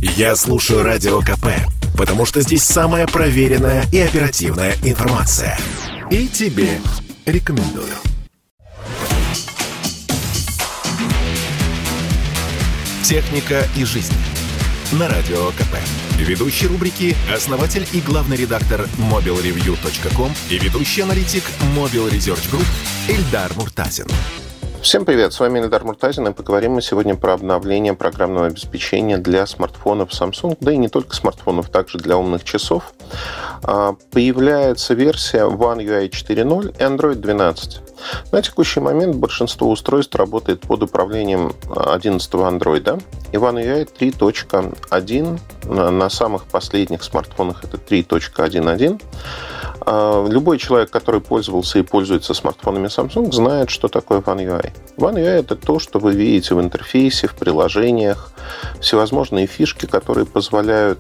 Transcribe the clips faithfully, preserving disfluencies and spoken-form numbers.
Я слушаю Радио КП, потому что здесь самая проверенная и оперативная информация. И тебе рекомендую. «Техника и жизнь» на Радио КП. Ведущий рубрики – основатель и главный редактор мобил ревью точка ком и ведущий аналитик Mobile Research Group Эльдар Муртазин. Всем привет, с вами Эльдар Муртазин, и поговорим мы сегодня про обновление программного обеспечения для смартфонов Samsung, да и не только смартфонов, также для умных часов. Появляется версия One ю ай четыре ноль и Android двенадцать. На текущий момент большинство устройств работает под управлением одиннадцатого Android, и One ю ай три точка один, на самых последних смартфонах это три точка один точка один. Любой человек, который пользовался и пользуется смартфонами Samsung, знает, что такое One ю ай. One ю ай – это то, что вы видите в интерфейсе, в приложениях, всевозможные фишки, которые позволяют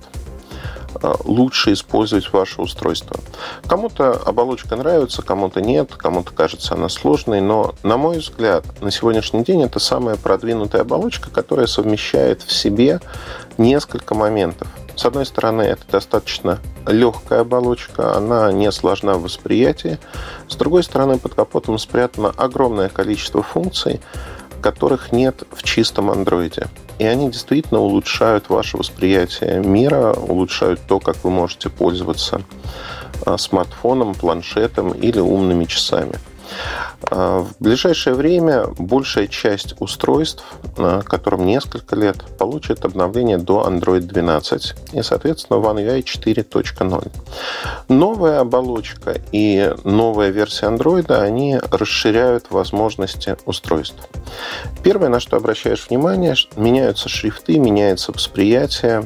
лучше использовать ваше устройство. Кому-то оболочка нравится, кому-то нет, кому-то кажется она сложной, но, на мой взгляд, на сегодняшний день это самая продвинутая оболочка, которая совмещает в себе несколько моментов. С одной стороны, это достаточно легкая оболочка, она не сложна в восприятии. С другой стороны, под капотом спрятано огромное количество функций, которых нет в чистом Android. И они действительно улучшают ваше восприятие мира, улучшают то, как вы можете пользоваться смартфоном, планшетом или умными часами. В ближайшее время большая часть устройств, которым несколько лет, получит обновление до Android двенадцать и, соответственно, One ю ай четыре точка ноль. Новая оболочка и новая версия Android, они расширяют возможности устройств. Первое, на что обращаешь внимание, меняются шрифты, меняется восприятие,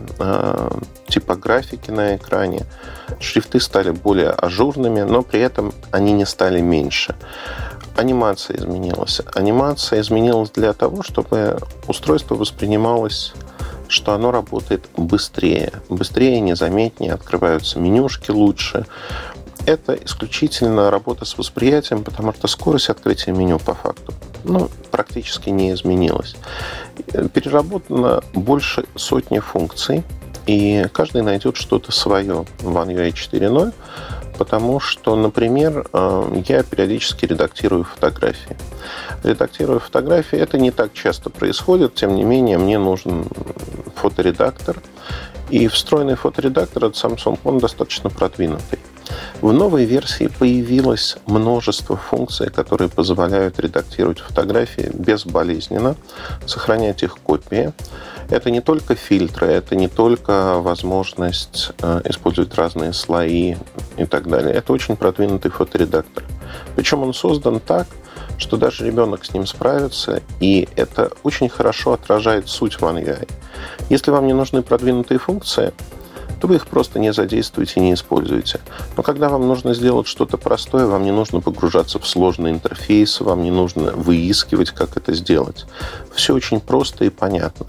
типографики на экране. Шрифты стали более ажурными, но при этом они не стали меньше. Анимация изменилась. Анимация изменилась для того, чтобы устройство воспринималось, что оно работает быстрее. Быстрее, незаметнее, открываются менюшки лучше. Это исключительно работа с восприятием, потому что скорость открытия меню по факту ну, практически не изменилась. Переработано больше сотни функций, и каждый найдет что-то свое в One ю ай четыре ноль, потому что, например, я периодически редактирую фотографии. Редактирую фотографии, это не так часто происходит, тем не менее, мне нужен фоторедактор, и встроенный фоторедактор от Samsung, он достаточно продвинутый. В новой версии появилось множество функций, которые позволяют редактировать фотографии безболезненно, сохранять их копии. Это не только фильтры, это не только возможность использовать разные слои и так далее. Это очень продвинутый фоторедактор. Причем он создан так, что даже ребенок с ним справится, и это очень хорошо отражает суть One ю ай. Если вам не нужны продвинутые функции, то вы их просто не задействуете и не используете. Но когда вам нужно сделать что-то простое, вам не нужно погружаться в сложные интерфейсы, вам не нужно выискивать, как это сделать. Все очень просто и понятно.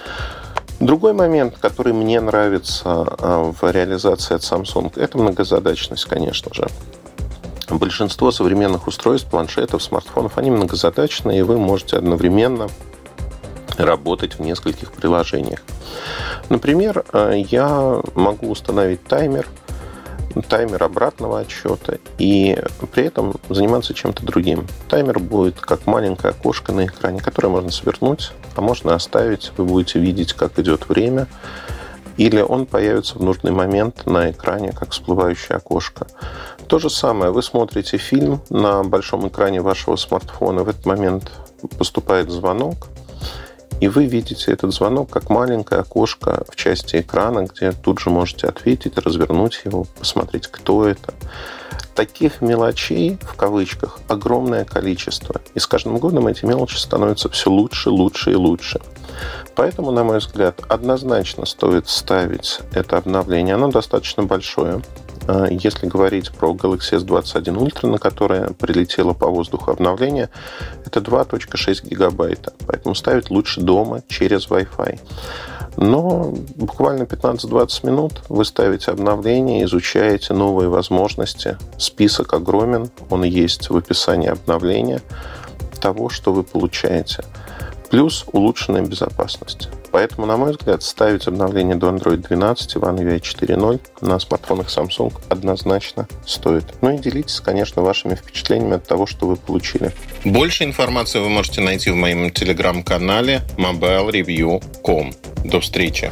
Другой момент, который мне нравится в реализации от Samsung, это многозадачность, конечно же. Большинство современных устройств, планшетов, смартфонов, они многозадачные, и вы можете одновременно работать в нескольких приложениях. Например, я могу установить таймер, таймер обратного отсчета и при этом заниматься чем-то другим. Таймер будет как маленькое окошко на экране, которое можно свернуть, а можно оставить. Вы будете видеть, как идет время, или он появится в нужный момент на экране, как всплывающее окошко. То же самое, вы смотрите фильм на большом экране вашего смартфона, в этот момент поступает звонок, и вы видите этот звонок как маленькое окошко в части экрана, где тут же можете ответить, развернуть его, посмотреть, кто это. Таких мелочей, в кавычках, огромное количество. И с каждым годом эти мелочи становятся все лучше, лучше и лучше. Поэтому, на мой взгляд, однозначно стоит ставить это обновление. Оно достаточно большое. Если говорить про Galaxy эс двадцать один Ultra, на которое прилетело по воздуху обновление, это два целых шесть гигабайта. Поэтому ставить лучше дома через Wi-Fi. Но буквально пятнадцать-двадцать минут вы ставите обновление, изучаете новые возможности. Список огромен, он есть в описании обновления того, что вы получаете. Плюс улучшенная безопасность. Поэтому, на мой взгляд, ставить обновление до Android двенадцать и One ю ай четыре ноль на смартфонах Samsung однозначно стоит. Ну и делитесь, конечно, вашими впечатлениями от того, что вы получили. Больше информации вы можете найти в моем телеграм-канале мобайл ревью точка ком. До встречи.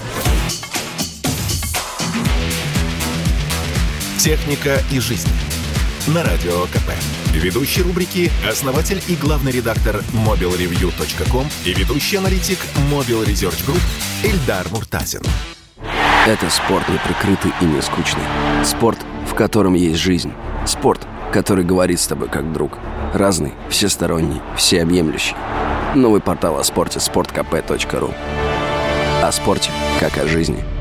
Техника и жизнь. На Радио КП. Ведущий рубрики – основатель и главный редактор мобайл ревью точка ком и ведущий аналитик Mobile Research Group Эльдар Муртазин. Это спорт неприкрытый и не скучный. Спорт, в котором есть жизнь. Спорт, который говорит с тобой как друг. Разный, всесторонний, всеобъемлющий. Новый портал о спорте – спорт кэ пэ точка ру. О спорте, как о жизни.